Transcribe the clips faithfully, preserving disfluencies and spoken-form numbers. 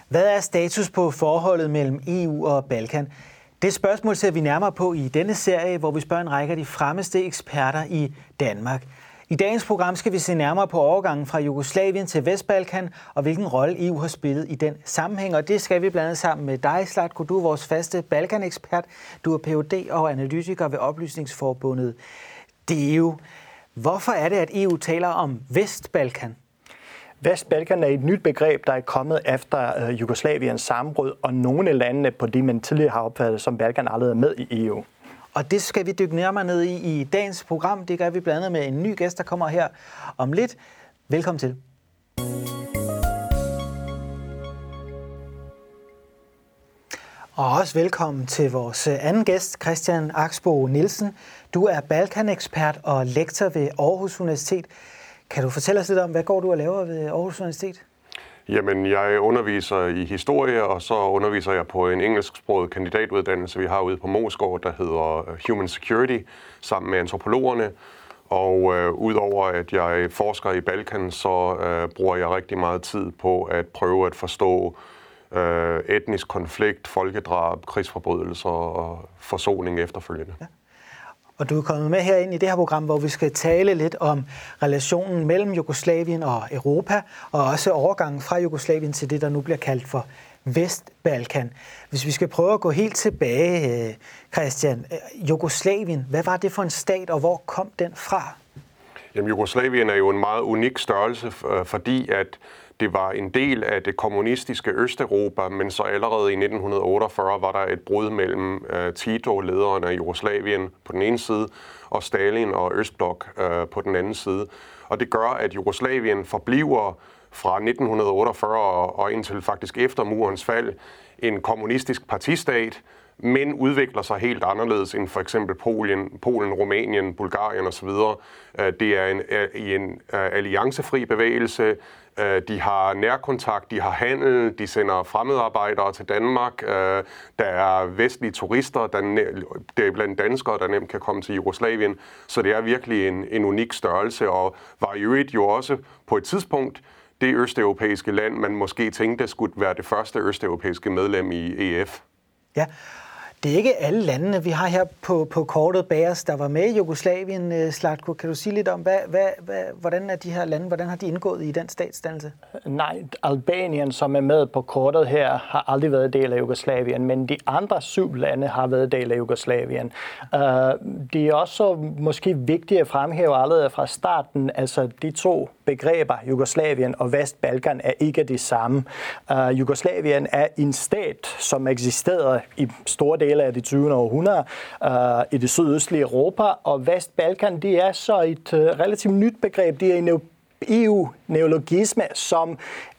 Hvad er status på forholdet mellem E U og Balkan? Det spørgsmål ser vi nærmere på i denne serie, hvor vi spørger en række af de fremmeste eksperter i Danmark. I dagens program skal vi se nærmere på overgangen fra Jugoslavien til Vestbalkan, og hvilken rolle E U har spillet i den sammenhæng. Og det skal vi blandt andet sammen med dig, Zlatko. Du er vores faste Balkan-ekspert. Du er P H D og analytiker ved Oplysningsforbundet D E U. Hvorfor er det, at E U taler om Vestbalkan? Vestbalkan er et nyt begreb, der er kommet efter uh, Jugoslaviens sammenbrud, og nogle af landene på det, man tidligere har opfattet som Balkan, allerede er med i E U. Og det skal vi dykke nærmere ned i i dagens program. Det gør vi blandt andet med en ny gæst, der kommer her om lidt. Velkommen til. Og også velkommen til vores anden gæst, Christian Axbo Nielsen. Du er Balkan-ekspert og lektor ved Aarhus Universitet. Kan du fortælle os lidt om, hvad går du og laver ved Aarhus Universitet? Jamen, jeg underviser i historie, og så underviser jeg på en engelsksproget kandidatuddannelse, vi har ude på Moesgaard, der hedder Human Security, sammen med antropologerne. Og øh, udover at jeg forsker i Balkan, så øh, bruger jeg rigtig meget tid på at prøve at forstå øh, etnisk konflikt, folkedrab, krigsforbrydelser og forsoning efterfølgende. Ja. Og du er kommet med herind i det her program, hvor vi skal tale lidt om relationen mellem Jugoslavien og Europa, og også overgangen fra Jugoslavien til det, der nu bliver kaldt for Vestbalkan. Hvis vi skal prøve at gå helt tilbage, Christian, Jugoslavien, hvad var det for en stat, og hvor kom den fra? Jamen, Jugoslavien er jo en meget unik størrelse, fordi at det var en del af det kommunistiske Østeuropa, men så allerede i nitten otteogfyrre var der et brud mellem uh, Tito, lederen af Jugoslavien, på den ene side, og Stalin og Østblok uh, på den anden side. Og det gør, at Jugoslavien forbliver fra nitten otteogfyrre og indtil faktisk efter murens fald en kommunistisk partistat, men udvikler sig helt anderledes end for eksempel Polen, Polen, Rumænien, Bulgarien osv. Det er en, i en alliancefri bevægelse. De har nærkontakt, de har handel, de sender fremmedarbejdere til Danmark. Der er vestlige turister, der det er blandt danskere, der nemt kan komme til Jugoslavien. Så det er virkelig en, en unik størrelse, og var i øvrigt jo også på et tidspunkt det østeuropæiske land, man måske tænkte skulle være det første østeuropæiske medlem i E F. Ja. Det er ikke alle landene, vi har her på, på kortet bag os, der var med i Jugoslavien. Zlatko, kan du sige lidt om, hvad, hvad, hvad, hvordan er de her lande, hvordan har de indgået i den statsdannelse? Nej, Albanien, som er med på kortet her, har aldrig været del af Jugoslavien, men de andre syv lande har været del af Jugoslavien. Uh, de er også måske vigtige at fremhæve allerede fra starten, altså de to begreber, Jugoslavien og Vestbalkan, er ikke de samme. Uh, Jugoslavien er en stat, som eksisterede i store dele af det tyvende århundrede uh, i det sydøstlige Europa, og Vestbalkan, det er så et uh, relativt nyt begreb. Det er en E U-neologisme, som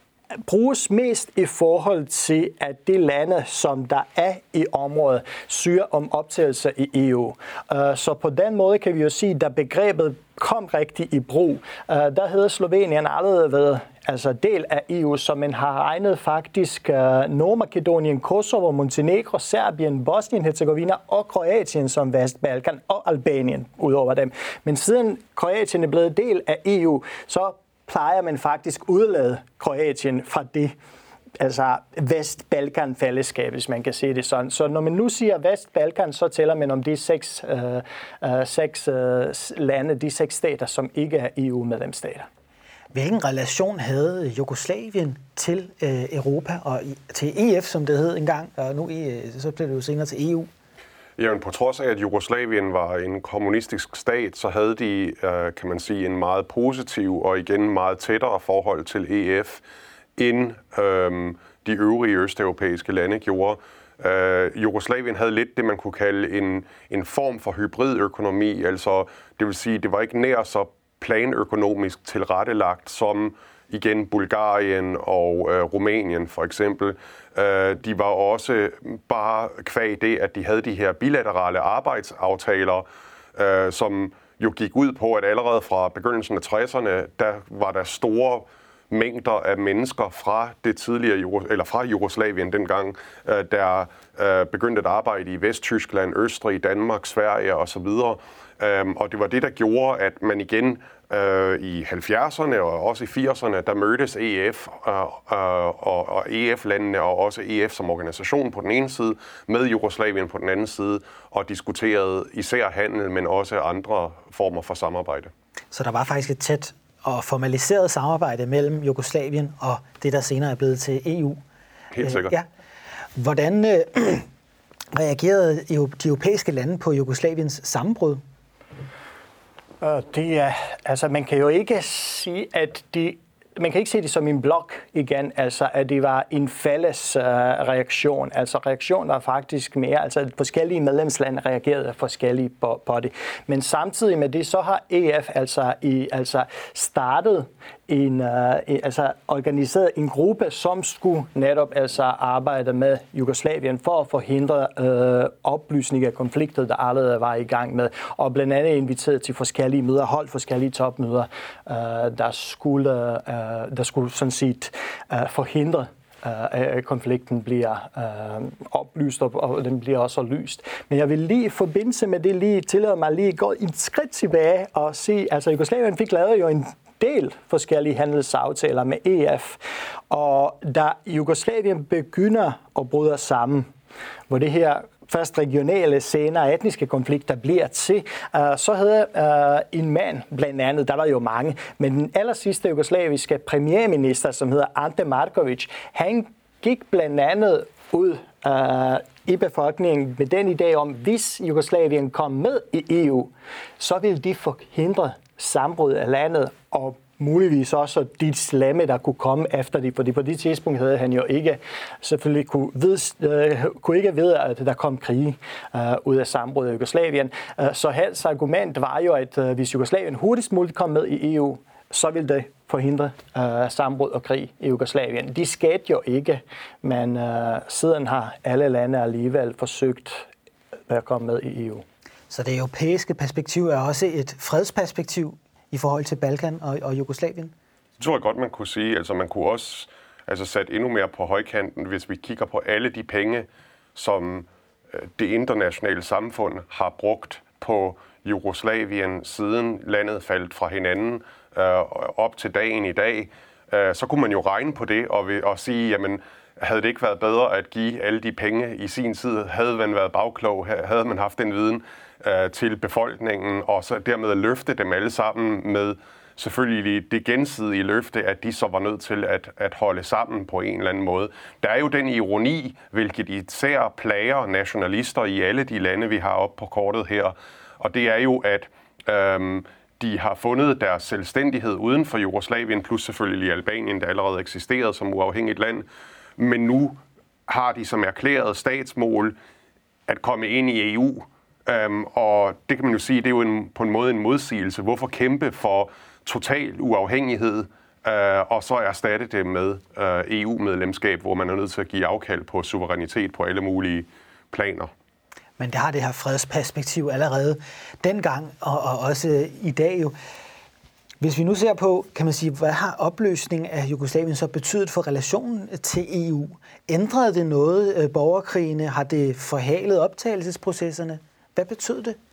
bruges mest i forhold til, at de lande, som der er i området, søger om optagelse i E U. Uh, så på den måde kan vi jo sige, at da begrebet kom rigtig i brug, uh, der havde Slovenien allerede været altså del af E U, så man har regnet faktisk uh, Nordmakedonien, Kosovo, Montenegro, Serbien, Bosnien-Herzegovina og Kroatien som Vestbalkan og Albanien udover dem. Men siden Kroatien er blevet del af E U, så plejer man faktisk udlade Kroatien fra det, altså Vestbalkan-fællesskab, hvis man kan sige det sådan. Så når man nu siger Vestbalkan, så tæller man om de seks, øh, øh, seks øh, lande, de seks stater, som ikke er E U-medlemsstater. Hvilken relation havde Jugoslavien til øh, Europa og til E F, som det hed engang, og nu øh, så blev det jo senere til E U? Jamen, på trods af, at Jugoslavien var en kommunistisk stat, så havde de, kan man sige, en meget positiv og igen meget tættere forhold til E F, end øhm, de øvrige østeuropæiske lande gjorde. Øh, Jugoslavien havde lidt det, man kunne kalde en, en form for hybridøkonomi, altså det vil sige, det var ikke nær så planøkonomisk tilrettelagt som igen Bulgarien og øh, Rumænien for eksempel. Øh, de var også bare kvad det, at de havde de her bilaterale arbejdsaftaler, øh, som jo gik ud på, at allerede fra begyndelsen af tresserne, der var der store mængder af mennesker fra det tidligere eller fra Jugoslavien dengang, der begyndte at arbejde i Vesttyskland, Østrig, Danmark, Sverige osv. Og det var det, der gjorde, at man igen i halvfjerdserne og også i firserne, der mødtes E F og E F-landene og også E F som organisation på den ene side, med Jugoslavien på den anden side, og diskuterede især handel, men også andre former for samarbejde. Så der var faktisk et tæt og formaliseret samarbejde mellem Jugoslavien og det, der senere er blevet til E U. Helt sikkert. Ja. Hvordan øh, reagerede de europæiske lande på Jugoslaviens sammenbrud? Det er, altså man kan jo ikke sige, at de, man kan ikke se det som en blok igen, altså at det var en fælles uh, reaktion. Altså reaktionen var faktisk mere, altså forskellige medlemslande reagerede forskelligt på, på det. Men samtidig med det, så har E F altså, i, altså startet en, uh, altså organiseret en gruppe, som skulle netop altså arbejde med Jugoslavien for at forhindre uh, oplysning af konflikter, der allerede var i gang med, og blandt andet inviteret til forskellige møder, holdt forskellige topmøder, uh, der skulle, uh, der skulle sådan set uh, forhindre at konflikten bliver øh, oplyst, og den bliver også lyst. Men jeg vil lige i forbindelse med det lige tillade mig lige gå et skridt tilbage og se, altså Jugoslavien fik lavet jo en del forskellige handelsaftaler med E F, og da Jugoslavien begynder at bryde sammen, hvor det her først regionale, senere etniske konflikter bliver til, uh, så havde uh, en mand, blandt andet, der var jo mange, men den aller sidste jugoslaviske premierminister, som hedder Ante Marković, han gik blandt andet ud uh, i befolkningen med den idé om, hvis Jugoslavien kom med i E U, så ville de forhindre sammenbrud af landet og muligvis også de slemme, der kunne komme efter det, fordi på det tidspunkt havde han jo ikke selvfølgelig kunne, ved, øh, kunne ikke vide, at der kom krig øh, ud af sammenbrud af Jugoslavien. Øh, så hans argument var jo, at øh, hvis Jugoslavien hurtigst muligt kom med i E U, så ville det forhindre øh, sammenbrud og krig i Jugoslavien. De skete jo ikke, men øh, siden har alle lande alligevel forsøgt at komme med i E U. Så det europæiske perspektiv er også et fredsperspektiv i forhold til Balkan og, og Jugoslavien? Det tror jeg godt, man kunne sige. Altså man kunne også altså, sætte endnu mere på højkanten, hvis vi kigger på alle de penge, som det internationale samfund har brugt på Jugoslavien, siden landet faldt fra hinanden øh, op til dagen i dag. Øh, så kunne man jo regne på det og, og sige, jamen, havde det ikke været bedre at give alle de penge i sin tid? Havde man været bagklog? Havde man haft den viden øh, til befolkningen? Og så dermed løfte dem alle sammen med selvfølgelig det gensidige løfte, at de så var nødt til at, at holde sammen på en eller anden måde. Der er jo den ironi, hvilket især plager nationalister i alle de lande, vi har oppe på kortet her. Og det er jo, at øhm, de har fundet deres selvstændighed uden for Jugoslavien, plus selvfølgelig Albanien, der allerede eksisterede som uafhængigt land. Men nu har de som erklæret statsmål at komme ind i E U. Øhm, og det kan man jo sige, det er jo en, på en måde en modsigelse. Hvorfor kæmpe for total uafhængighed, øh, og så erstatte det med øh, E U-medlemskab, hvor man er nødt til at give afkald på suverænitet på alle mulige planer. Men det har det her fredsperspektiv allerede dengang, og, og også i dag jo. Hvis vi nu ser på, kan man sige, hvad har opløsningen af Jugoslavien så betydet for relationen til E U? Ændrede det noget, borgerkrigene? Har det forhalet optagelsesprocesserne? Hvad betød det?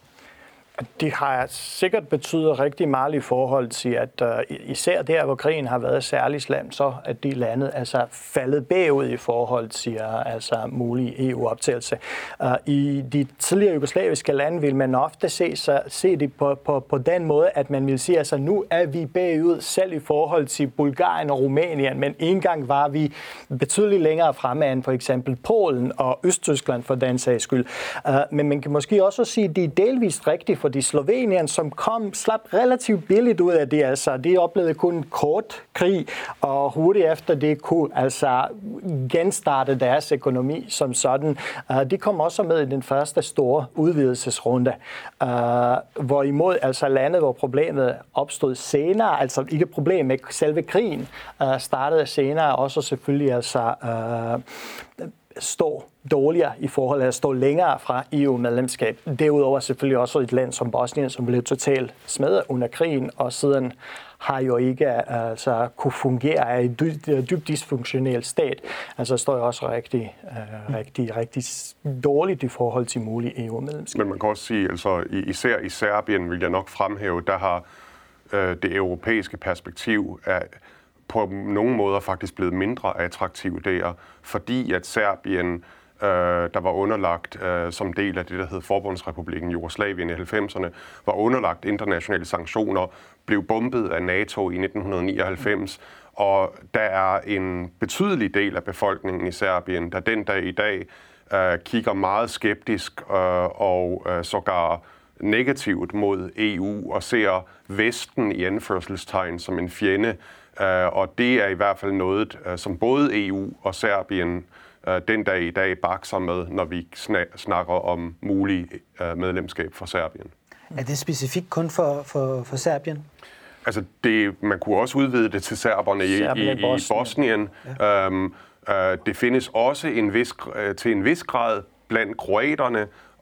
Det har sikkert betydet rigtig meget i forhold til, at uh, især der, hvor krigen har været særlig slem, så at de lande altså faldet bagud i forhold til uh, altså mulig E U-optagelse. Uh, I de tidligere jugoslaviske lande vil man ofte se, så, se det på, på, på den måde, at man vil sige, altså nu er vi bagud selv i forhold til Bulgarien og Rumænien, men engang var vi betydeligt længere fremme end for eksempel Polen og Østtyskland for den sags skyld. Uh, men man kan måske også sige, at det er delvist rigtigt, fordi Slovenien, som kom, slap relativt billigt ud af det, altså de oplevede kun en kort krig, og hurtigt efter det kunne altså genstarte deres økonomi som sådan. Uh, de kom også med i den første store udvidelsesrunde, uh, hvorimod altså landet, hvor problemet opstod senere, altså ikke problem med selve krigen, uh, startede senere også selvfølgelig altså uh, stå dårligere i forhold til at stå længere fra E U-medlemskab. Derudover selvfølgelig også et land som Bosnien, som blev totalt smadret under krigen, og siden har jo ikke altså, kunne fungere af et dybt, dybt dysfunktionel stat. Altså står jo også rigtig, uh, rigtig, rigtig dårligt i forhold til mulige E U-medlemskab. Men man kan også sige, altså især i Serbien vil jeg nok fremhæve, der har øh, det europæiske perspektiv er på nogle måder faktisk blevet mindre attraktivt der, fordi at Serbien, øh, der var underlagt øh, som del af det, der hed Forbundsrepublikken Jugoslavien i halvfemserne, var underlagt internationale sanktioner, blev bombet af NATO i nitten nioghalvfems, og der er en betydelig del af befolkningen i Serbien, der den dag i dag øh, kigger meget skeptisk øh, og øh, sågar negativt mod E U og ser Vesten i anførselstegn som en fjende. Og det er i hvert fald noget, som både E U og Serbien den dag i dag bakser med, når vi snakker om mulig medlemskab for Serbien. Er det specifikt kun for, for, for Serbien? Altså, det, man kunne også udvide det til serberne i, i, i Bosnien. Bosnien. Ja. Um, uh, det findes også en vis, til en vis grad blandt kroaterne.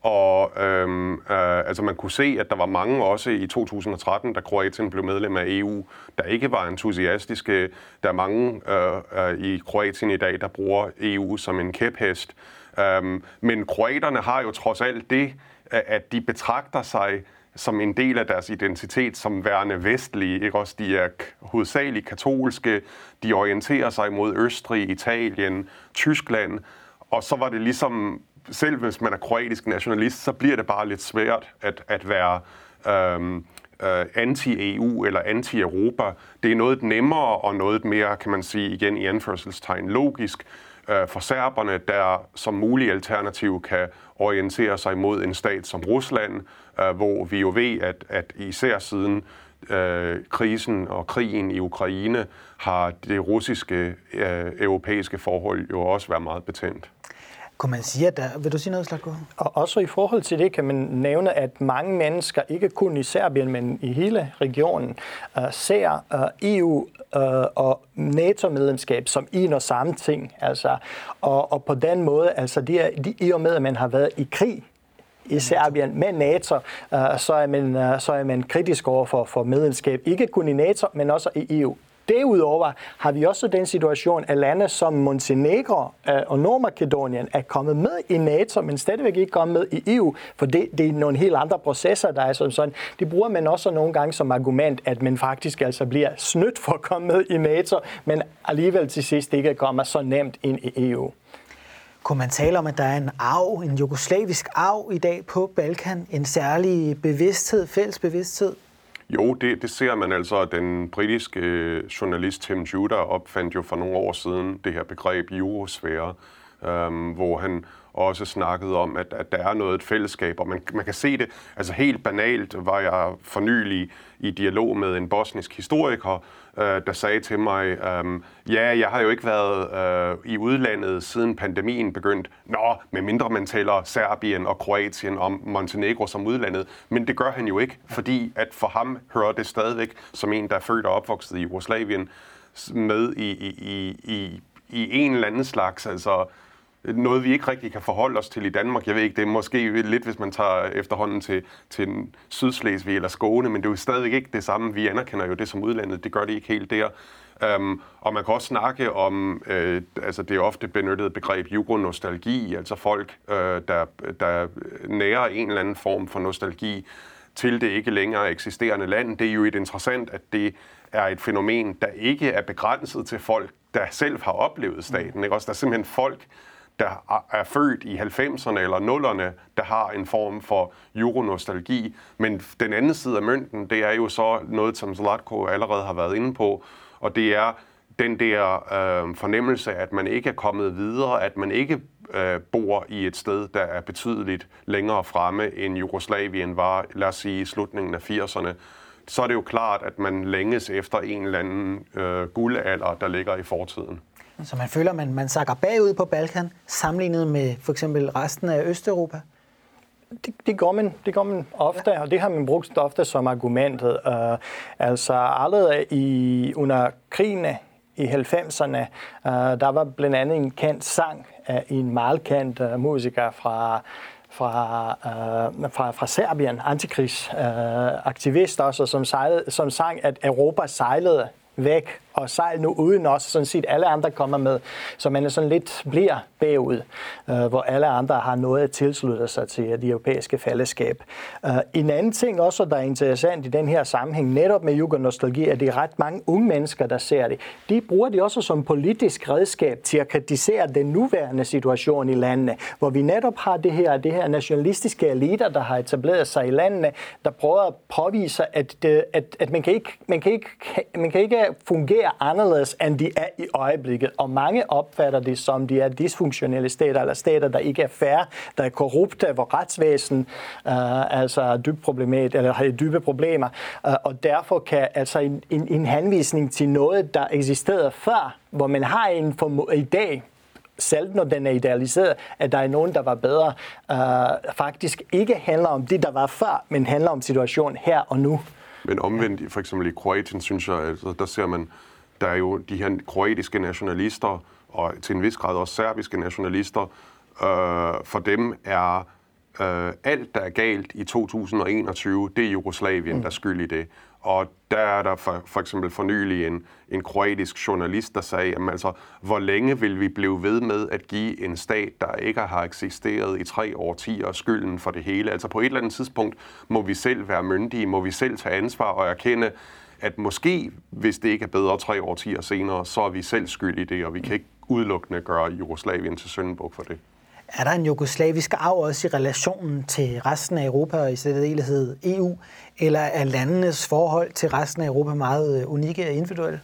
Og øhm, øh, altså man kunne se, at der var mange også i to tusind og tretten, da Kroatien blev medlem af E U, der ikke var entusiastiske. Der er mange øh, øh, i Kroatien i dag, der bruger E U som en kæphest. Øhm, men kroaterne har jo trods alt det, at de betragter sig som en del af deres identitet som værende vestlige. Ikke? Også de er hovedsageligt katolske, de orienterer sig mod Østrig, Italien, Tyskland, og så var det ligesom selv hvis man er kroatisk nationalist, så bliver det bare lidt svært at, at være øhm, øh, anti-E U eller anti-Europa. Det er noget nemmere og noget mere, kan man sige, igen i anførselstegn, logisk øh, for serberne, der som mulig alternativ kan orientere sig mod en stat som Rusland, øh, hvor vi jo ved, at, at især siden øh, krisen og krigen i Ukraine har det russiske øh, europæiske forhold jo også været meget betændt. Kunne man sige, at der... Vil du sige noget, Zlatko? Og også i forhold til det kan man nævne, at mange mennesker, ikke kun i Serbien, men i hele regionen, uh, ser uh, E U uh, og NATO-medlemskab som en og samme ting. Altså, og, og på den måde, altså det er, de, i og med, at man har været i krig i Serbien med NATO, uh, så, er man, uh, så er man kritisk over for, for medlemskab. Ikke kun i NATO, men også i E U. Derudover har vi også den situation, at lande som Montenegro og Nordmakedonien er kommet med i NATO, men stadigvæk ikke kommet med i E U, for det, det er nogle helt andre processer, der er som sådan. Det bruger man også nogle gange som argument, at man faktisk altså bliver snydt for at komme med i NATO, men alligevel til sidst ikke kommer så nemt ind i E U. Kunne man tale om, at der er en arv, en jugoslavisk arv i dag på Balkan, en særlig bevidsthed, fælles bevidsthed? Jo, det, det ser man altså. Den britiske journalist Tim Judah opfandt jo for nogle år siden det her begreb eurosfære, øhm, hvor han også snakkede om, at, at der er noget et fællesskab, og man, man kan se det. Altså helt banalt var jeg for nylig i dialog med en bosnisk historiker, øh, der sagde til mig, øh, ja, jeg har jo ikke været øh, i udlandet siden pandemien begyndte. Nå, medmindre man tæller Serbien og Kroatien og Montenegro som udlandet, men det gør han jo ikke, fordi at for ham hører det stadigvæk som en, der er født og opvokset i Jugoslavien, med i, i, i, i, i en eller anden slags, altså noget, vi ikke rigtig kan forholde os til i Danmark. Jeg ved ikke, det er måske lidt, hvis man tager efterhånden til, til Sydslesvig eller Skåne, men det er jo stadigvæk ikke det samme. Vi anerkender jo det som udlandet. Det gør det ikke helt der. Um, og man kan også snakke om, øh, altså det er ofte benyttet begreb jugonostalgi, altså folk, øh, der, der nærer en eller anden form for nostalgi til det ikke længere eksisterende land. Det er jo et interessant, at det er et fænomen, der ikke er begrænset til folk, der selv har oplevet staten. Ikke? Også der er simpelthen folk, der er født i halvfemserne eller nullerne, der har en form for euronostalgi. Men den anden side af mønten, det er jo så noget, som Zlatko allerede har været inde på, og det er den der øh, fornemmelse, at man ikke er kommet videre, at man ikke øh, bor i et sted, der er betydeligt længere fremme, end Jugoslavien var, lad os sige, i slutningen af firserne. Så er det jo klart, at man længes efter en eller anden øh, guldalder, der ligger i fortiden. Så man føler, at man, man sakker bagud på Balkan, sammenlignet med for eksempel resten af Østeuropa? Det, det, gør man, det gør man ofte, ja. Og det har man brugt ofte som argumentet. Uh, altså allerede i, under krigene i halvfemserne, uh, der var blandt andet en kendt sang af en meget kendt uh, musiker fra, fra, øh, fra, fra Serbien, antikrigsaktivister, øh, som, som sang, at Europa sejlede væk og sejl nu uden os, sådan set alle andre kommer med, så man er sådan lidt bliver bagud, øh, hvor alle andre har noget at tilslutte sig til det europæiske fællesskab. Øh, en anden ting også, der er interessant i den her sammenhæng, netop med jugendnostalgi, at det er ret mange unge mennesker, der ser det. De bruger det også som politisk redskab til at kritisere den nuværende situation i landene, hvor vi netop har det her, det her nationalistiske eliter, der har etableret sig i landene, der prøver at påvise, at, at, at man, kan ikke, man, kan ikke, man kan ikke fungere anderledes, end de er i øjeblikket. Og mange opfatter det som, de er dysfunktionelle stater, eller stater, der ikke er fair, der er korrupte, hvor retsvæsen øh, altså er dybt problemet, eller har dybe problemer. Øh, og derfor kan altså en, en, en henvisning til noget, der eksisterede før, hvor man har en form- i dag, selv når den er idealiseret, at der er nogen, der var bedre, øh, faktisk ikke handler om det, der var før, men handler om situationen her og nu. Men omvendt, for eksempel i Kroatien, synes jeg, altså, der ser man, der er jo de her kroatiske nationalister, og til en vis grad også serbiske nationalister. Øh, for dem er øh, alt, der er galt i to tusind og enogtyve, det er Jugoslavien, mm. der er skyld i det. Og der er der for, for eksempel for nylig en, en kroatisk journalist, der sagde, jamen altså, hvor længe vil vi blive ved med at give en stat, der ikke har eksisteret i tre årtier, skylden for det hele? Altså på et eller andet tidspunkt må vi selv være myndige, må vi selv tage ansvar og erkende, at måske, hvis det ikke er bedre tre årtier senere, så er vi selv skyld i det, og vi kan ikke udelukkende gøre Jugoslavien til syndebuk for det. Er der en jugoslavisk arv også i relationen til resten af Europa og i særdeleshed E U, eller er landenes forhold til resten af Europa meget unikke og individuelle?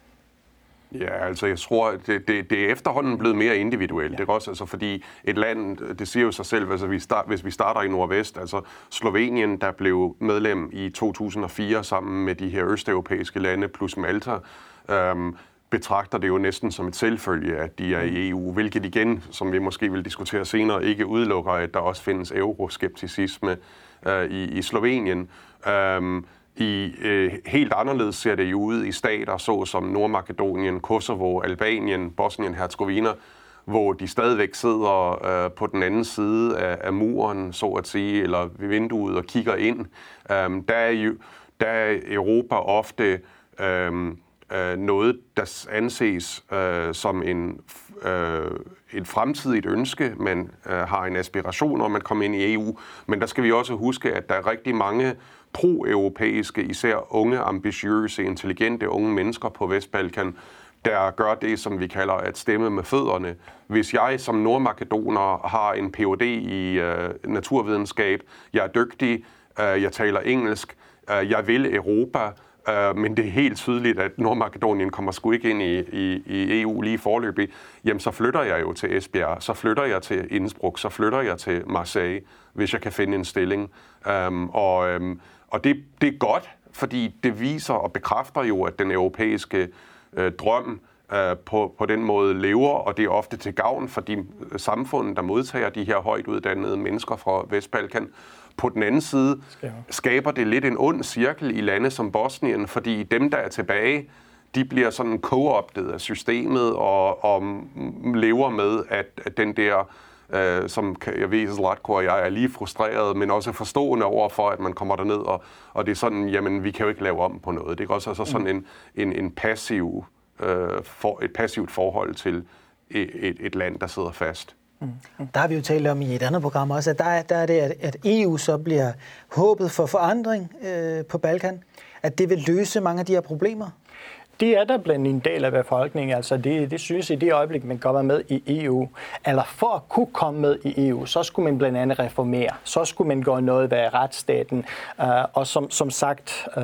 Ja, altså jeg tror, det, det, det er efterhånden blevet mere individuelt. Ja. Det er også, altså, fordi et land, det siger jo sig selv, altså, vi start, hvis vi starter i Nordvest, altså Slovenien, der blev medlem i to tusind og fire sammen med de her østeuropæiske lande plus Malta, øhm, betragter det jo næsten som et selvfølge, at de er i E U, hvilket igen, som vi måske vil diskutere senere, ikke udelukker, at der også findes euroskepticisme øh, i, i Slovenien. Øhm, I øh, helt anderledes ser det jo ud i stater, såsom Nordmakedonien, Kosovo, Albanien, Bosnien-Herzegovina, hvor de stadigvæk sidder øh, på den anden side af, af muren, så at sige, eller ved vinduet og kigger ind. Øhm, der, er jo, der er Europa ofte øhm, øh, noget, der anses øh, som en, øh, et fremtidigt ønske. Man øh, har en aspiration om at komme ind i E U, men der skal vi også huske, at der er rigtig mange pro-europæiske, især unge, ambitiøse, intelligente unge mennesker på Vestbalkan, der gør det, som vi kalder at stemme med fødderne. Hvis jeg som nordmakedoner har en P H D i øh, naturvidenskab, jeg er dygtig, øh, jeg taler engelsk, øh, jeg vil Europa, øh, men det er helt tydeligt, at Nordmakedonien kommer sgu ikke ind i, i, i E U lige forløbig, jamen så flytter jeg jo til Esbjerg, så flytter jeg til Innsbruck, så flytter jeg til Marseille, hvis jeg kan finde en stilling. Um, og um, og det, det er godt, fordi det viser og bekræfter jo, at den europæiske øh, drøm øh, på, på den måde lever, og det er ofte til gavn for de samfund, der modtager de her højt uddannede mennesker fra Vestbalkan. På den anden side skaber det lidt en ond cirkel i lande som Bosnien, fordi dem, der er tilbage, de bliver sådan co-optet af systemet og, og lever med, at, at den der Uh, som jeg ved, Zlatko og jeg er lige frustreret, men også forstående over for, at man kommer derned, og, og det er sådan, jamen, vi kan jo ikke lave om på noget. Det er også altså sådan en, en, en passiv, uh, for, et passivt forhold til et, et, et land, der sidder fast. Mm. Der har vi jo talt om i et andet program også, at der er, der er det, at E U så bliver håbet for forandring øh, på Balkan, at det vil løse mange af de her problemer. Det er der blandt en del af befolkningen, altså det, det synes i det øjeblik, man kommer med i E U, eller for at kunne komme med i E U, så skulle man blandt andet reformere, så skulle man gøre noget ved retsstaten, uh, og som, som sagt uh,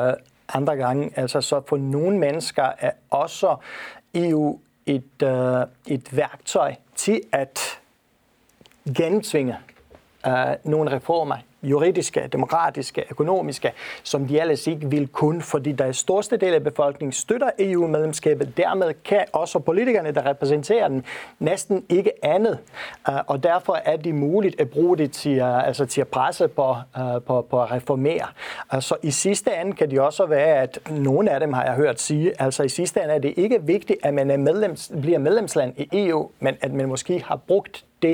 andre gange, altså så for nogle mennesker er også E U et, uh, et værktøj til at gentvinge uh, nogle reformer, juridiske, demokratiske, økonomiske, som de ellers ikke vil kunne, fordi der er største del af befolkningen støtter E U-medlemskabet. Dermed kan også politikerne, der repræsenterer den, næsten ikke andet. Og derfor er det muligt at bruge det til, altså til at presse på, på, på at reformere. Så i sidste ende kan det også være, at nogle af dem har jeg hørt sige, altså i sidste ende er det ikke vigtigt, at man er medlems, bliver medlemsland i E U, men at man måske har brugt det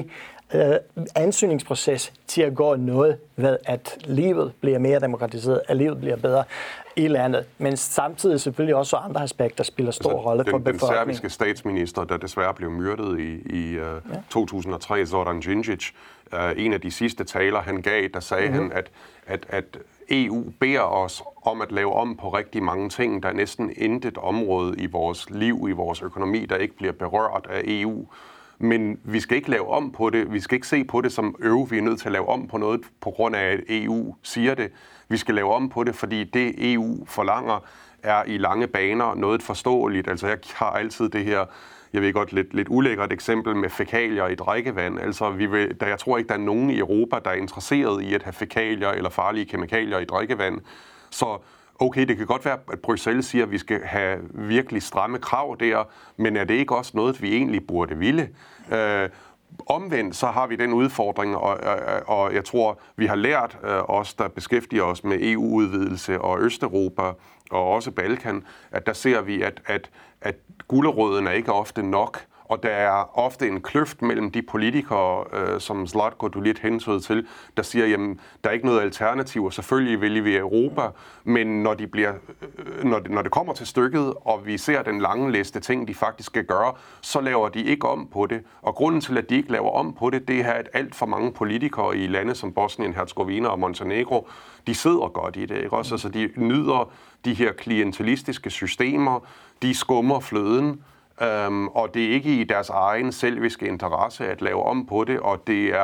øh, ansøgningsproces til at gå noget ved, at livet bliver mere demokratiseret, at livet bliver bedre i landet, men samtidig selvfølgelig også andre aspekter spiller stor altså, rolle den, for befolkningen. Den serbiske statsminister, der desværre blev myrdet i, i uh, ja. to tusind og tre, Zoran Đinđić, uh, en af de sidste taler, han gav, der sagde mm-hmm. han, at, at, at E U beder os om at lave om på rigtig mange ting. Der er næsten intet område i vores liv, i vores økonomi, der ikke bliver berørt af E U. Men vi skal ikke lave om på det. Vi skal ikke se på det som øv. Vi er nødt til at lave om på noget på grund af, at E U siger det. Vi skal lave om på det, fordi det E U forlanger er i lange baner noget forståeligt. Altså jeg har altid det her, jeg ved godt, lidt, lidt ulækkert eksempel med fækalier i drikkevand. Altså vi vil, der, jeg tror ikke, der er nogen i Europa, der er interesseret i at have fækalier eller farlige kemikalier i drikkevand. Så okay, det kan godt være, at Bruxelles siger, at vi skal have virkelig stramme krav der, men er det ikke også noget, vi egentlig burde ville? Øh, omvendt så har vi den udfordring, og, og, og jeg tror, vi har lært øh, os, der beskæftiger os med E U-udvidelse og Østeuropa og også Balkan, at der ser vi, at, at, at gulerøden er ikke ofte nok, og der er ofte en kløft mellem de politikere, øh, som Zlatko, du lidt hensød til, der siger, jamen, der er ikke noget alternativ, og selvfølgelig vil vi i Europa, men når, de bliver, øh, når, det, når det kommer til stykket, og vi ser den lange liste ting, de faktisk skal gøre, så laver de ikke om på det. Og grunden til, at de ikke laver om på det, det er, at alt for mange politikere i lande som Bosnien, Herzegovina og Montenegro, de sidder godt i det, ikke også? Altså, de nyder de her klientelistiske systemer, de skummer fløden, Um, og det er ikke i deres egen selviske interesse at lave om på det, og det er,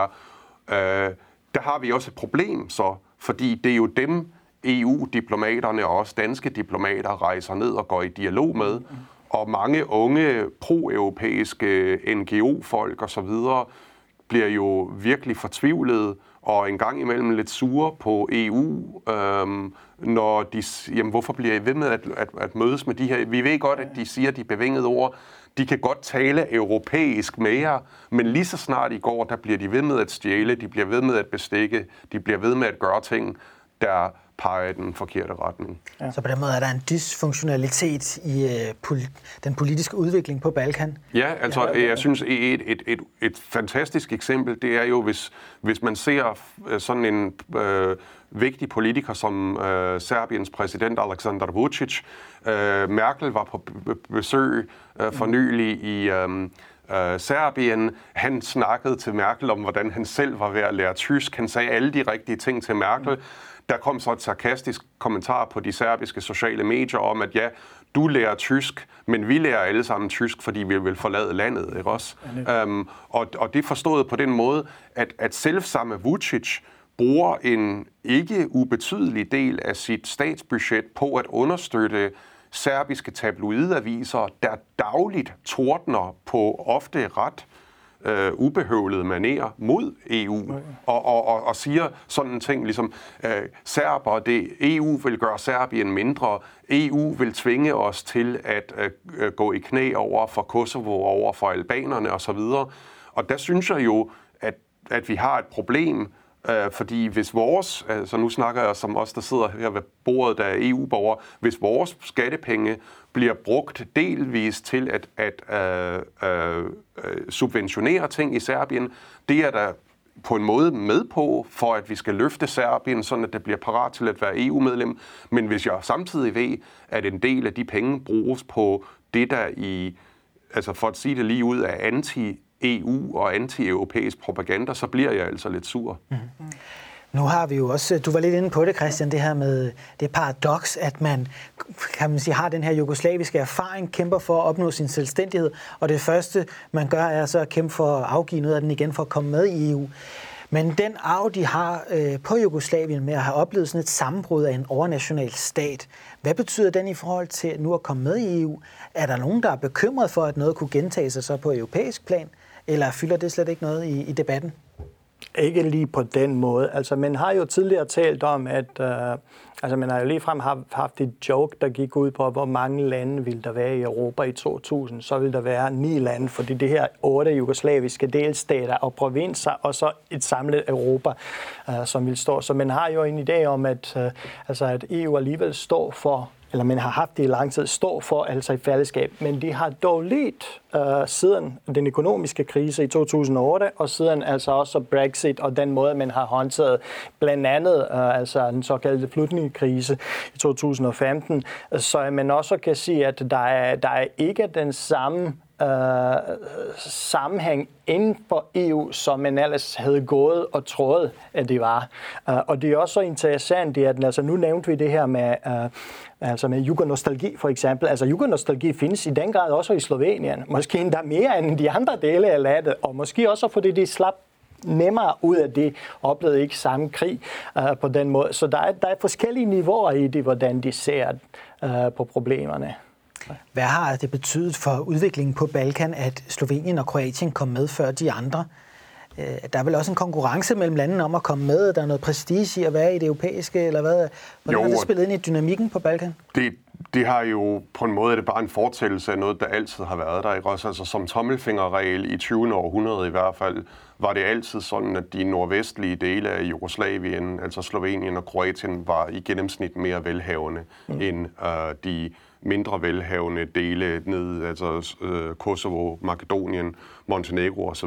uh, der har vi også et problem så, fordi det er jo dem, E U-diplomaterne og også danske diplomater rejser ned og går i dialog med, og mange unge pro-europæiske N G O-folk og så videre bliver jo virkelig fortvivlede og en gang imellem lidt sure på E U, øhm, når de jamen hvorfor bliver I ved med at, at, at mødes med de her? Vi ved godt, at de siger de bevingede ord. De kan godt tale europæisk med jer, men lige så snart i går, der bliver de ved med at stjæle, de bliver ved med at bestikke, de bliver ved med at gøre ting, der peger i den forkerte retning. Ja. Så på den måde er der en dysfunktionalitet i øh, pol- den politiske udvikling på Balkan? Ja, altså ja, jeg synes, et, et, et, et fantastisk eksempel, det er jo, hvis, hvis man ser sådan en øh, vigtig politiker som øh, Serbiens præsident Aleksandar Vučić. Øh, Merkel var på besøg øh, for nylig i øh, øh, Serbien. Han snakkede til Merkel om, hvordan han selv var ved at lære tysk. Han sagde alle de rigtige ting til Merkel. Der kom så et sarkastisk kommentar på de serbiske sociale medier om, at ja, du lærer tysk, men vi lærer alle sammen tysk, fordi vi vil forlade landet, ikke også? Ja, um, og, og det forstået på den måde, at, at selvsamme Vučić bruger en ikke ubetydelig del af sit statsbudget på at understøtte serbiske tabloidaviser, der dagligt tordner på ofte ret Uh, ubehøvlede manerer mod E U, okay. og, og, og, og siger sådan en ting, ligesom uh, serber, det E U vil gøre Serbien mindre, E U vil tvinge os til at uh, gå i knæ over for Kosovo, over for albanerne osv. Og der synes jeg jo, at, at vi har et problem, Uh, fordi hvis vores, altså nu snakker jeg som os, der sidder her ved bordet, der er E U-borgere, hvis vores skattepenge bliver brugt delvis til at, at uh, uh, subventionere ting i Serbien, det er der på en måde med på, for at vi skal løfte Serbien, sådan at det bliver parat til at være E U-medlem. Men hvis jeg samtidig ved, at en del af de penge bruges på det, der i, altså for at sige det lige ud, af anti E U og anti-europæisk propaganda, så bliver jeg altså lidt sur. Mm-hmm. Nu har vi jo også, du var lidt inde på det, Christian, det her med det paradoks, at man, kan man sige, har den her jugoslaviske erfaring, kæmper for at opnå sin selvstændighed, og det første, man gør, er så at kæmpe for at afgive noget af den igen for at komme med i E U. Men den arv, de har øh, på Jugoslavien med at have oplevet sådan et sammenbrud af en overnational stat, hvad betyder den i forhold til nu at komme med i E U? Er der nogen, der er bekymret for, at noget kunne gentage sig så på europæisk plan, eller fylder det slet ikke noget i, i debatten? Ikke lige på den måde. Altså, man har jo tidligere talt om, at øh, altså, man har jo ligefrem haft et joke, der gik ud på, hvor mange lande ville der være i Europa i to tusind. Så ville der være ni lande, fordi det her otte jugoslaviske delstater og provinser, og så et samlet Europa, øh, som vil stå. Så man har jo en idé om, at, øh, altså, at E U alligevel står for eller man har haft det i lang tid, står for altså i fællesskab. Men de har dog lidt uh, siden den økonomiske krise i to tusind og otte, og siden altså også Brexit og den måde, man har håndteret blandt andet uh, altså den såkaldte flygtningekrise i to tusind og femten, så man også kan sige, at der er, der er ikke den samme Uh, sammenhæng inden for E U, som man ellers havde gået og troet, at det var. Uh, og det er også så interessant, at altså, nu nævnte vi det her med, uh, altså med jugonostalgi for eksempel. Altså jugonostalgi findes i den grad også i Slovenien. Måske endda mere end de andre dele af landet, og måske også fordi de slap nemmere ud af det, oplevede ikke samme krig uh, på den måde. Så der er, der er forskellige niveauer i det, hvordan de ser uh, på problemerne. Hvad har det betydet for udviklingen på Balkan, at Slovenien og Kroatien kom med før de andre? Der er vel også en konkurrence mellem landene om at komme med. Der er noget prestige i at være i det europæiske, eller hvad? Hvordan har det spillet ind i dynamikken på Balkan? Det, det har jo på en måde, er det bare en fortællelse af noget, der altid har været der. Ikke? Også altså, som tommelfingerregel i tyvende århundrede i hvert fald, var det altid sådan, at de nordvestlige dele af Jugoslavien, altså Slovenien og Kroatien, var i gennemsnit mere velhavende mm. end uh, de mindre velhavende dele ned, altså øh, Kosovo, Makedonien, Montenegro osv.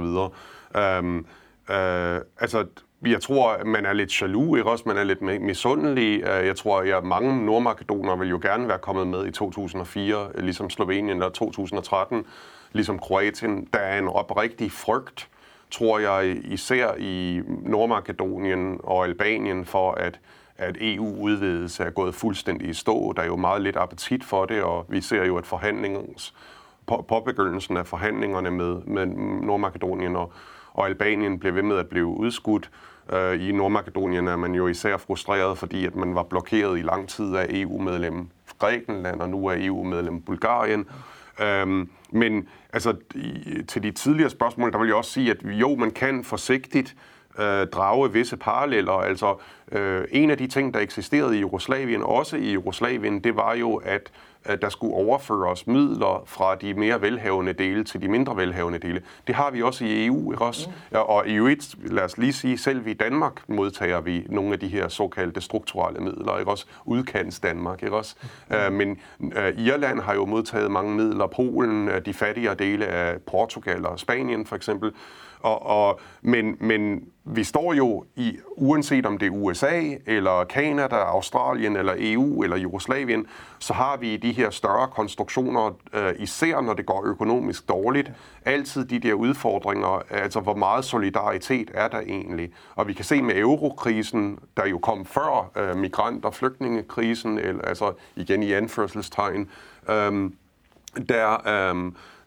Um, øh, altså, jeg tror, at man er lidt jaloux, ikke også? Man er lidt misundelig. Jeg tror, at mange nordmakedonere vil jo gerne være kommet med i to tusind og fire, ligesom Slovenien, eller to tusind og tretten, ligesom Kroatien. Der er en oprigtig frygt, tror jeg, især i Nordmakedonien og Albanien, for at at E U-udvidelse er gået fuldstændig i stå. Der er jo meget lidt appetit for det, og vi ser jo, at forhandlingens, på, påbegyndelsen af forhandlingerne med, med Nordmakedonien og, og Albanien bliver ved med at blive udskudt. Uh, I Nordmakedonien er man jo især frustreret, fordi at man var blokeret i lang tid af E U-medlem Grækenland, og nu er E U-medlem Bulgarien. Um, men altså, i, til de tidligere spørgsmål, der vil jeg også sige, at jo, man kan forsigtigt drage visse paralleller. Altså, øh, en af de ting, der eksisterede i Jugoslavien, også i Jugoslavien, det var jo, at, at der skulle overføres midler fra de mere velhavende dele til de mindre velhavende dele. Det har vi også i E U, ikke også? Mm. Og i øvrigt, lad os lige sige, selv i Danmark modtager vi nogle af de her såkaldte strukturelle midler, ikke også? Udkants Danmark, ikke også? Mm. Uh, men uh, Irland har jo modtaget mange midler, Polen, uh, de fattigere dele af Portugal og Spanien for eksempel. Og, og, men, men vi står jo i, uanset om det er U S A, eller Canada, Australien, eller E U, eller Jugoslavien, så har vi de her større konstruktioner, øh, især når det går økonomisk dårligt, altid de der udfordringer, altså hvor meget solidaritet er der egentlig. Og vi kan se med eurokrisen, der jo kom før øh, migrant- og flygtningekrisen, eller, altså igen i anførselstegn, øh, der øh,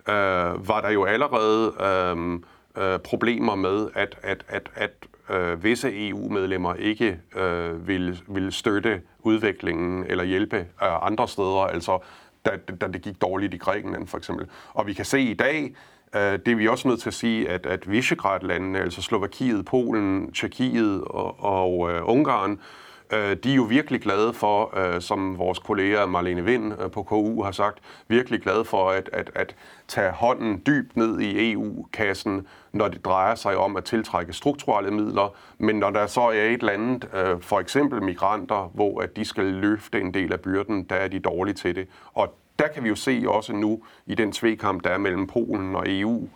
øh, var der jo allerede Øh, Øh, problemer med, at, at, at, at øh, visse E U-medlemmer ikke øh, ville, ville støtte udviklingen eller hjælpe øh, andre steder, altså da, da det gik dårligt i Grækenland for eksempel. Og vi kan se i dag, øh, det er vi også nødt til at sige, at, at Visegrad-landene, altså Slovakiet, Polen, Tjekkiet og, og øh, Ungarn, de er jo virkelig glade for, som vores kollega Marlene Wind på K U har sagt, virkelig glade for at, at, at tage hånden dybt ned i E U-kassen, når det drejer sig om at tiltrække strukturelle midler. Men når der så er et eller andet, for eksempel migranter, hvor at de skal løfte en del af byrden, der er de dårlige til det. Og der kan vi jo se også nu i den tvekamp, der er mellem Polen og E U,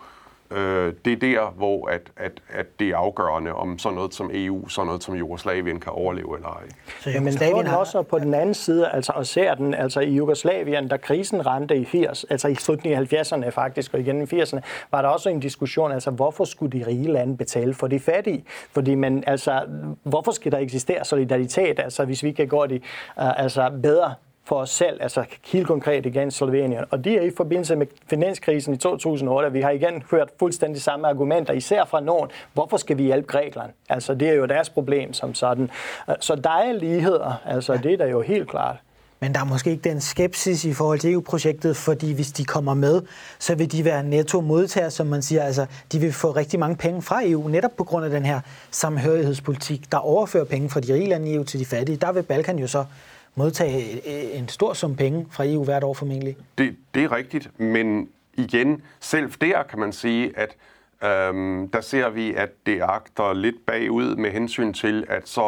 det er der, hvor at, at, at det er afgørende, om sådan noget som E U, sådan noget som Jugoslavien kan overleve eller ej. Så ja, men Jugoslavien har også på den anden side, altså og ser den, altså i Jugoslavien, da krisen ramte i firs, altså i slutningen af halvfjerdserne faktisk, og igen i firserne, var der også en diskussion, altså hvorfor skulle de rige lande betale for de fattige? Fordi man, altså, hvorfor skal der eksistere solidaritet, altså hvis vi kan gå det uh, altså bedre for os selv, altså helt konkret igen Slovenien. Og det er i forbindelse med finanskrisen i to tusind og otte, vi har igen hørt fuldstændig samme argumenter, især fra nogen. Hvorfor skal vi hjælpe Grækenland? Altså det er jo deres problem som sådan. Så der er ligheder, altså det er der jo helt klart. Men der er måske ikke den skepsis i forhold til E U-projektet, fordi hvis de kommer med, så vil de være netto-modtager, som man siger. Altså, de vil få rigtig mange penge fra E U, netop på grund af den her samhørighedspolitik, der overfører penge fra de rige lande i E U til de fattige. Der vil Balkan jo så modtage en stor sum penge fra E U hvert år formentlig. Det, det er rigtigt, men igen, selv der kan man sige, at øhm, der ser vi, at det agter lidt bagud med hensyn til, at så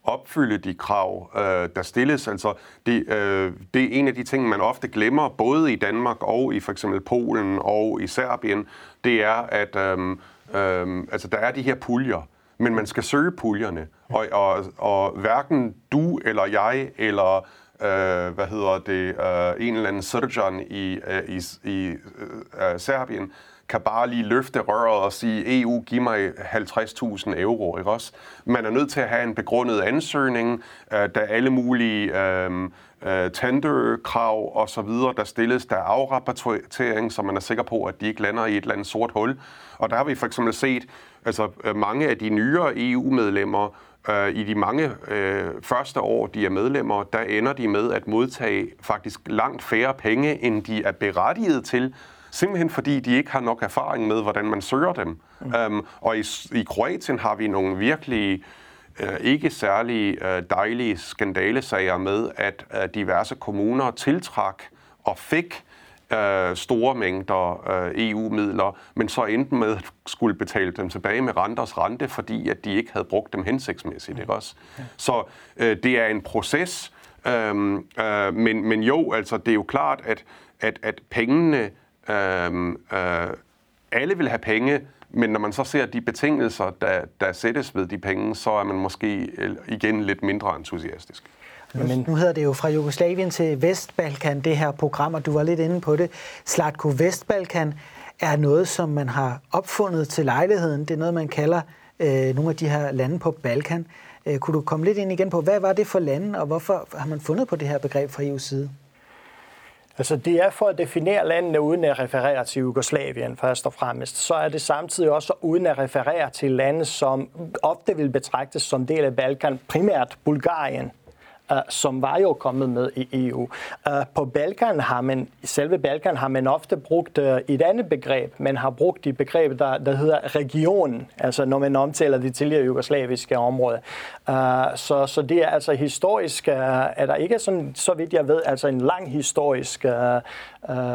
opfylde de krav, øh, der stilles. Altså, det, øh, det er en af de ting, man ofte glemmer, både i Danmark og i for eksempel Polen og i Serbien, det er, at øh, øh, altså, der er de her puljer, men man skal søge puljerne, og, og, og hverken du eller jeg eller øh, hvad hedder det, øh, en eller anden Srđan i, øh, i, i øh, Serbien kan bare lige løfte røret og sige, E U, giv mig halvtreds tusind euro, ikke også? Man er nødt til at have en begrundet ansøgning, øh, der er alle mulige øh, øh, tenderkrav og så videre, der stilles, der er afrapportering, så man er sikker på, at de ikke lander i et eller andet sort hul. Og der har vi for eksempel set, altså mange af de nyere E U-medlemmer, øh, i de mange øh, første år, de er medlemmer, der ender de med at modtage faktisk langt færre penge, end de er berettiget til, simpelthen fordi de ikke har nok erfaring med, hvordan man søger dem. Mm. Um, og i, i Kroatien har vi nogle virkelig uh, ikke særlig uh, dejlige skandalesager med, at uh, diverse kommuner tiltrak og fik uh, store mængder uh, E U-midler, men så endte med at skulle betale dem tilbage med renters rente, fordi at de ikke havde brugt dem hensigtsmæssigt. Ikke også? Mm. Så uh, det er en proces, um, uh, men, men jo, altså det er jo klart, at, at, at pengene Øhm, øh, alle vil have penge, men når man så ser de betingelser, der, der sættes ved de penge, så er man måske igen lidt mindre entusiastisk. Men nu hedder det jo Fra Jugoslavien til Vestbalkan, det her program, og du var lidt inde på det. Slatko Vestbalkan er noget, som man har opfundet til lejligheden. Det er noget, man kalder øh, nogle af de her lande på Balkan. Øh, kunne du komme lidt ind igen på, hvad var det for lande, og hvorfor har man fundet på det her begreb fra E U's side? Altså det er for at definere landene uden at referere til Jugoslavien først og fremmest. Så er det samtidig også uden at referere til lande, som ofte vil betragtes som del af Balkan, primært Bulgarien, Uh, som var jo kommet med i E U. Uh, på Balkan har man, i selve Balkan har man ofte brugt uh, et andet begreb. Man har brugt de begreb, der, der hedder regionen, altså når man omtaler de tidligere jugoslaviske områder. Uh, så, så det er altså historisk, uh, er der ikke sådan, så vidt jeg ved, altså en lang historisk uh, uh,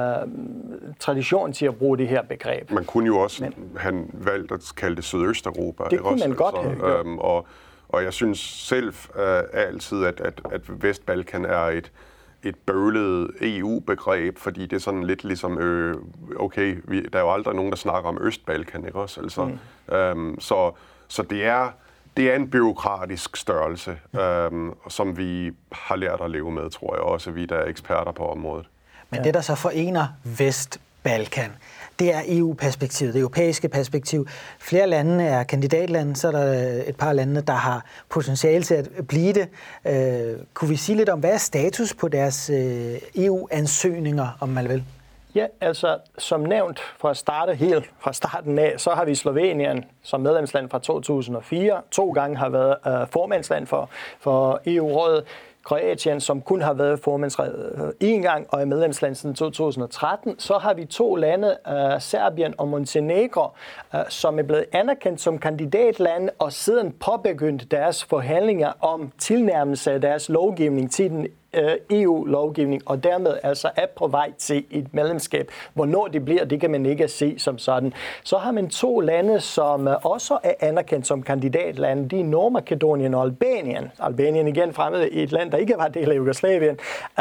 tradition til at bruge det her begreb. Man kunne jo også Men, have valgt at kalde det Sydøsteuropa. Det kunne også, man godt altså, have øhm, og Og jeg synes selv øh, altid, at, at, at Vestbalkan er et, et bøvlet E U-begreb, fordi det er sådan lidt ligesom, øh, okay, vi, der er jo aldrig nogen, der snakker om Østbalkan, ikke også? Altså, mm. øhm, så så det, er, det er en bureaukratisk størrelse, øhm, som vi har lært at leve med, tror jeg også, vi der er eksperter på området. Men det, der så forener Vestbalkan, det er E U-perspektivet, det europæiske perspektiv. Flere lande er kandidatlande, så er der et par lande, der har potentiale til at blive det. Øh, kunne vi sige lidt om, hvad er status på deres øh, E U-ansøgninger, om man vil? Ja, altså som nævnt fra at starte helt fra starten af, så har vi Slovenien som medlemsland fra to tusind og fire. To gange har været øh, formandsland for, for E U-rådet. Kroatien, som kun har været formandsland en gang og er medlemsland siden to tusind og tretten. Så har vi to lande, uh, Serbien og Montenegro, uh, som er blevet anerkendt som kandidatlande og siden påbegyndt deres forhandlinger om tilnærmelse af deres lovgivning til den E U-lovgivning, og dermed altså er på vej til et medlemskab. Hvornår det bliver, det kan man ikke se som sådan. Så har man to lande, som også er anerkendt som kandidatlande. De er Nordmakedonien og Albanien. Albanien igen fremmed i et land, der ikke var del af Jugoslavien,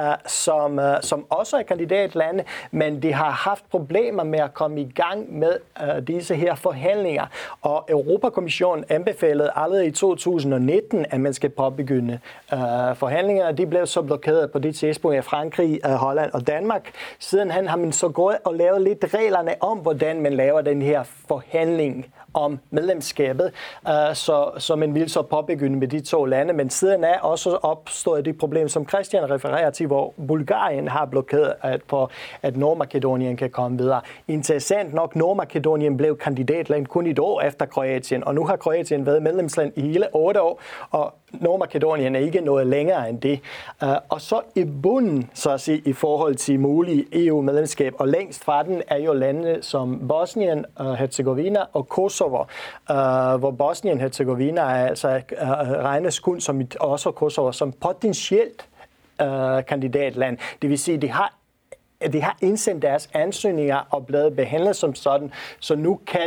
som, som også er kandidatlande, men de har haft problemer med at komme i gang med disse her forhandlinger. Og Europakommissionen anbefalede allerede i to tusind og nitten, at man skal påbegynde forhandlinger. De blev så blokeret på det tidspunkt af Frankrig, Holland og Danmark. Siden han har man så gået og lavet lidt reglerne om, hvordan man laver den her forhandling om medlemskabet, så, så man vil så påbegynde med de to lande. Men siden er også opstået det problem, som Christian refererer til, hvor Bulgarien har blokeret at, på, at Nordmakedonien kan komme videre. Interessant nok, Nordmakedonien blev kandidatland kun et år efter Kroatien, og nu har Kroatien været medlemsland i hele otte år, og Nordmakedonien er ikke noget længere end det. Uh, og så i bunden, så at sige, i forhold til mulig E U-medlemskab, og længst fra den er jo lande som Bosnien, uh, Herzegovina og Kosovo, uh, hvor Bosnien-Herzegovina er altså uh, regnes kun som et, også Kosovo som potentielt uh, kandidatland. Det vil sige, de har de har indsendt deres ansøgninger og blevet behandlet som sådan, så nu kan de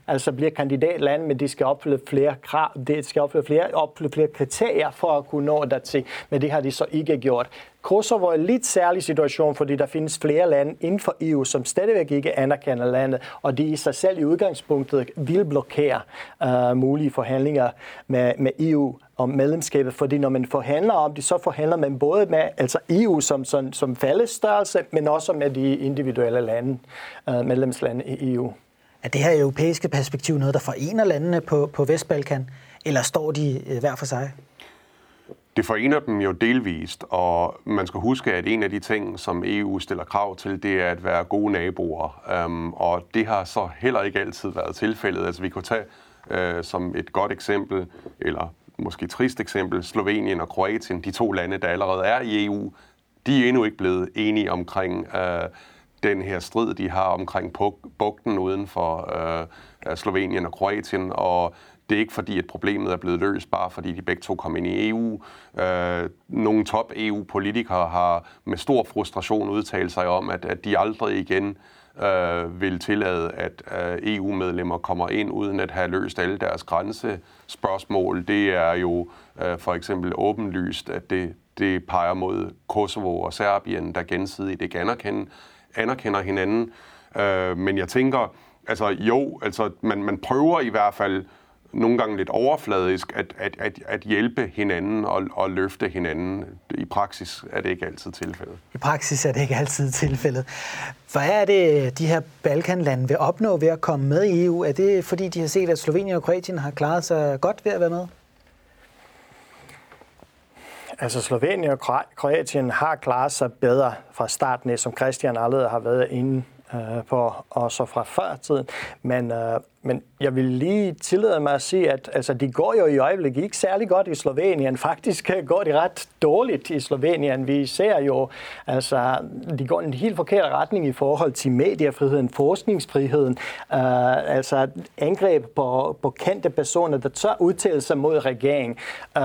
altså bliver kandidatland, men de skal opfylde flere krav, de skal opfylde flere, opfylde flere kriterier for at kunne nå dertil, men det har de så ikke gjort. Kosovo er en lidt særlig situation, fordi der findes flere lande inden for E U, som stadigvæk ikke anerkender landet, og de i sig selv i udgangspunktet vil blokere uh, mulige forhandlinger med, med E U om medlemskabet, fordi når man forhandler om det, så forhandler man både med altså E U som, som, som fællesstørrelse, men også med de individuelle lande, uh, medlemslande i E U. Er det her europæiske perspektiv noget, der forener landene på, på Vestbalkan, eller står de hver for sig? Det forener dem jo delvist, og man skal huske, at en af de ting, som E U stiller krav til, det er at være gode naboer. Um, og det har så heller ikke altid været tilfældet. Altså vi kunne tage uh, som et godt eksempel, eller måske trist eksempel, Slovenien og Kroatien, de to lande, der allerede er i E U, de er endnu ikke blevet enige omkring uh, den her strid, de har omkring bugten uden for uh, Slovenien og Kroatien, og det er ikke fordi, at problemet er blevet løst, bare fordi de begge to kom ind i E U. Øh, nogle top-E U-politikere har med stor frustration udtalt sig om, at, at de aldrig igen øh, vil tillade, at øh, E U-medlemmer kommer ind, uden at have løst alle deres grænsespørgsmål. Det er jo øh, for eksempel åbenlyst, at det, det peger mod Kosovo og Serbien, der gensidigt ikke anerkender, anerkender hinanden. Øh, men jeg tænker, altså jo, altså man, man prøver i hvert fald nogle gange lidt overfladisk at, at, at, at hjælpe hinanden og, og løfte hinanden. I praksis er det ikke altid tilfældet. I praksis er det ikke altid tilfældet. Hvad er det, de her Balkanlande vil opnå ved at komme med i E U? Er det fordi, de har set, at Slovenien og Kroatien har klaret sig godt ved at være med? Altså Slovenien og Kroatien har klaret sig bedre fra starten af, som Christian allerede har været inde på, også fra før tiden. Men, øh, men jeg vil lige tillade mig at sige, at altså, de går jo i øjeblikket ikke særlig godt i Slovenien. Faktisk går de ret dårligt i Slovenien. Vi ser jo, altså, de går i en helt forkert retning i forhold til mediefriheden, forskningsfriheden, øh, altså angreb på, på kendte personer, der tør udtale sig mod regeringen.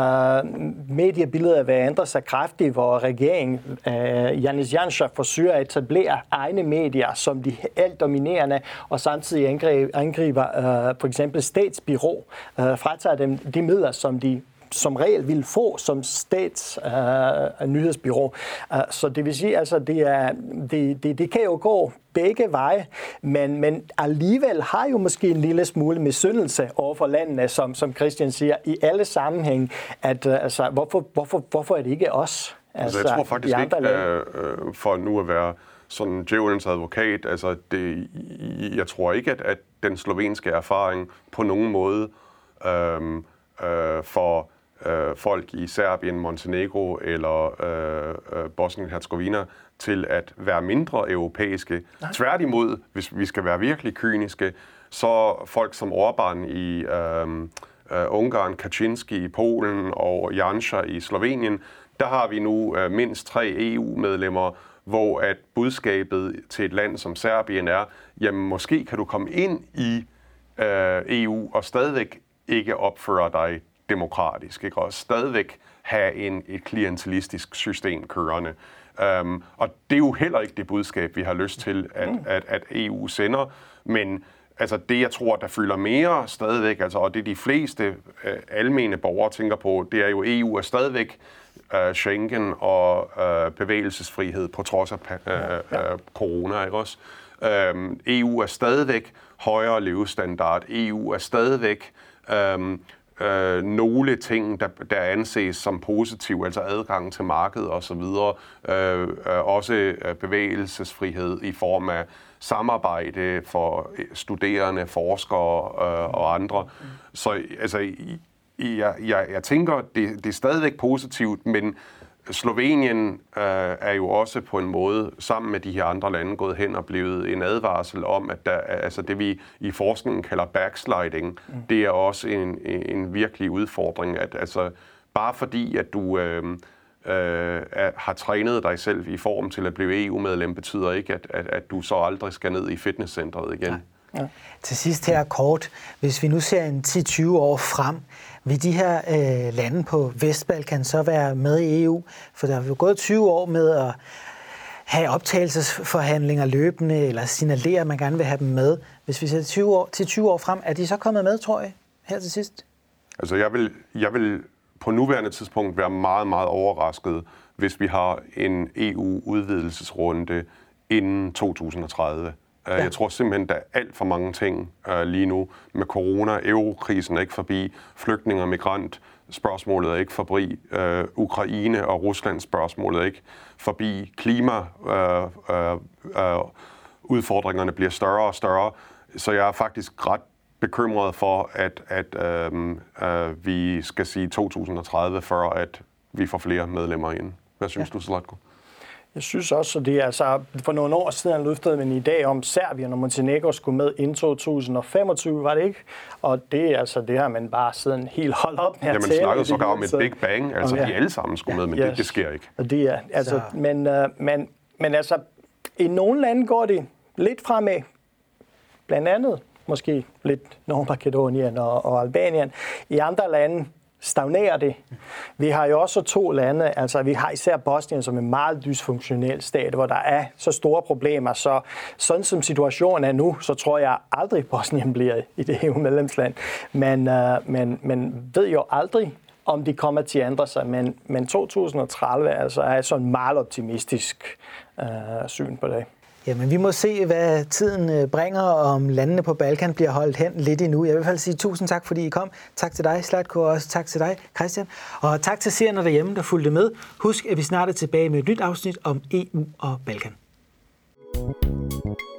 Øh, mediebilleder vil ændre sig kraftigt, hvor regeringen, øh, Janez Janša, forsøger at etablere egne medier, som de alt dominerende, og samtidig angriber, angriber øh, for eksempel statsbyrå, øh, fratager dem de midler, som de som regel vil få som stats øh, nyhedsbyrå. Uh, så det vil sige, altså det, er, det, det, det kan jo gå begge veje, men, men alligevel har jo måske en lille smule misundelse over for landene, som, som Christian siger, i alle sammenhæng, at uh, altså, hvorfor, hvorfor, hvorfor er det ikke os? Altså, altså jeg tror faktisk ikke, øh, for nu at være sådan djævelens advokat, altså det, jeg tror ikke, at, at den slovenske erfaring på nogen måde øh, øh, for øh, folk i Serbien, Montenegro eller øh, øh, Bosnien-Herzegovina til at være mindre europæiske. Nej. Tværtimod, hvis vi skal være virkelig kyniske, så folk som Orbán i øh, øh, Ungarn, Kaczynski i Polen og Janša i Slovenien, der har vi nu øh, mindst tre E U-medlemmer, hvor at budskabet til et land som Serbien er, jamen måske kan du komme ind i øh, E U og stadigvæk ikke opføre dig demokratisk, ikke? Og stadigvæk have en, et klientelistisk system kørende. Um, og det er jo heller ikke det budskab, vi har lyst til, at, mm. at, at E U sender. Men altså det, jeg tror, der fylder mere stadigvæk, altså, og det de fleste øh, almene borgere tænker på, det er jo, E U er stadigvæk øh, Schengen og øh, bevægelsesfrihed på trods af øh, øh, corona, ikke også? Um, E U er stadigvæk højere levestandard. E U er stadigvæk um, øh, nogle ting, der, der anses som positive, altså adgang til markedet osv. Øh, øh, også bevægelsesfrihed i form af samarbejde for studerende, forskere øh, og andre. Så altså, jeg, jeg, jeg tænker, det, det er stadigvæk positivt, men Slovenien øh, er jo også på en måde, sammen med de her andre lande, gået hen og blevet en advarsel om, at der, altså det vi i forskningen kalder backsliding, mm. det er også en, en virkelig udfordring. At, altså, bare fordi, at du øh, øh, har trænet dig selv i form til at blive E U-medlem, betyder ikke, at, at, at du så aldrig skal ned i fitnesscentret igen. Ja. Ja. Til sidst her kort, hvis vi nu ser en ti til tyve år frem, vil de her øh, lande på Vestbalkan så være med i E U? For der er jo gået tyve år med at have optagelsesforhandlinger løbende, eller signalere, at man gerne vil have dem med. Hvis vi ser tyve år, til tyve år frem, er de så kommet med, tror jeg, her til sidst? Altså, jeg vil, jeg vil på nuværende tidspunkt være meget, meget overrasket, hvis vi har en E U-udvidelsesrunde inden to tusind og tredive. Ja. Jeg tror simpelthen, der er alt for mange ting uh, lige nu. Med corona, eurokrisen er ikke forbi, flygtninge og migrant spørgsmålet er ikke forbi, uh, Ukraine og Rusland spørgsmålet er ikke forbi, klima uh, uh, uh, udfordringerne bliver større og større, så jeg er faktisk ret bekymret for, at, at um, uh, vi skal sige to tusind og tredive, før at vi får flere medlemmer ind. Hvad synes ja. du, Zlatko? Jeg synes også, at det er altså, for nogle år siden løftede man i dag om Serbien og Montenegro skulle med inden to tusind og femogtyve, var det ikke? Og det er altså det her, man bare sådan helt holdt op med at tale. Ja, man snakkede sågar om et Big Bang, altså ja. de alle sammen skulle med, men yes. det, det sker ikke. Og det er, altså, men, uh, men, men altså, i nogle lande går det lidt fremad, blandt andet måske lidt Nordmakedonien og, og Albanien. I andre lande stagnerer det. Vi har jo også to lande, altså vi har især Bosnien som en meget dysfunktionel stat, hvor der er så store problemer, så sådan som situationen er nu, så tror jeg aldrig Bosnien bliver i det E U-medlemsland. Men, uh, men, men ved jo aldrig, om de kommer til at ændre sig, men, men to tusind og tredive altså, er sådan en meget optimistisk uh, syn på det. Jamen, vi må se, hvad tiden bringer, og om landene på Balkan bliver holdt hen lidt endnu. Jeg vil i hvert fald sige tusind tak, fordi I kom. Tak til dig, Zlatko, og også tak til dig, Christian. Og tak til seerne derhjemme, der fulgte med. Husk, at vi snart er tilbage med et nyt afsnit om E U og Balkan.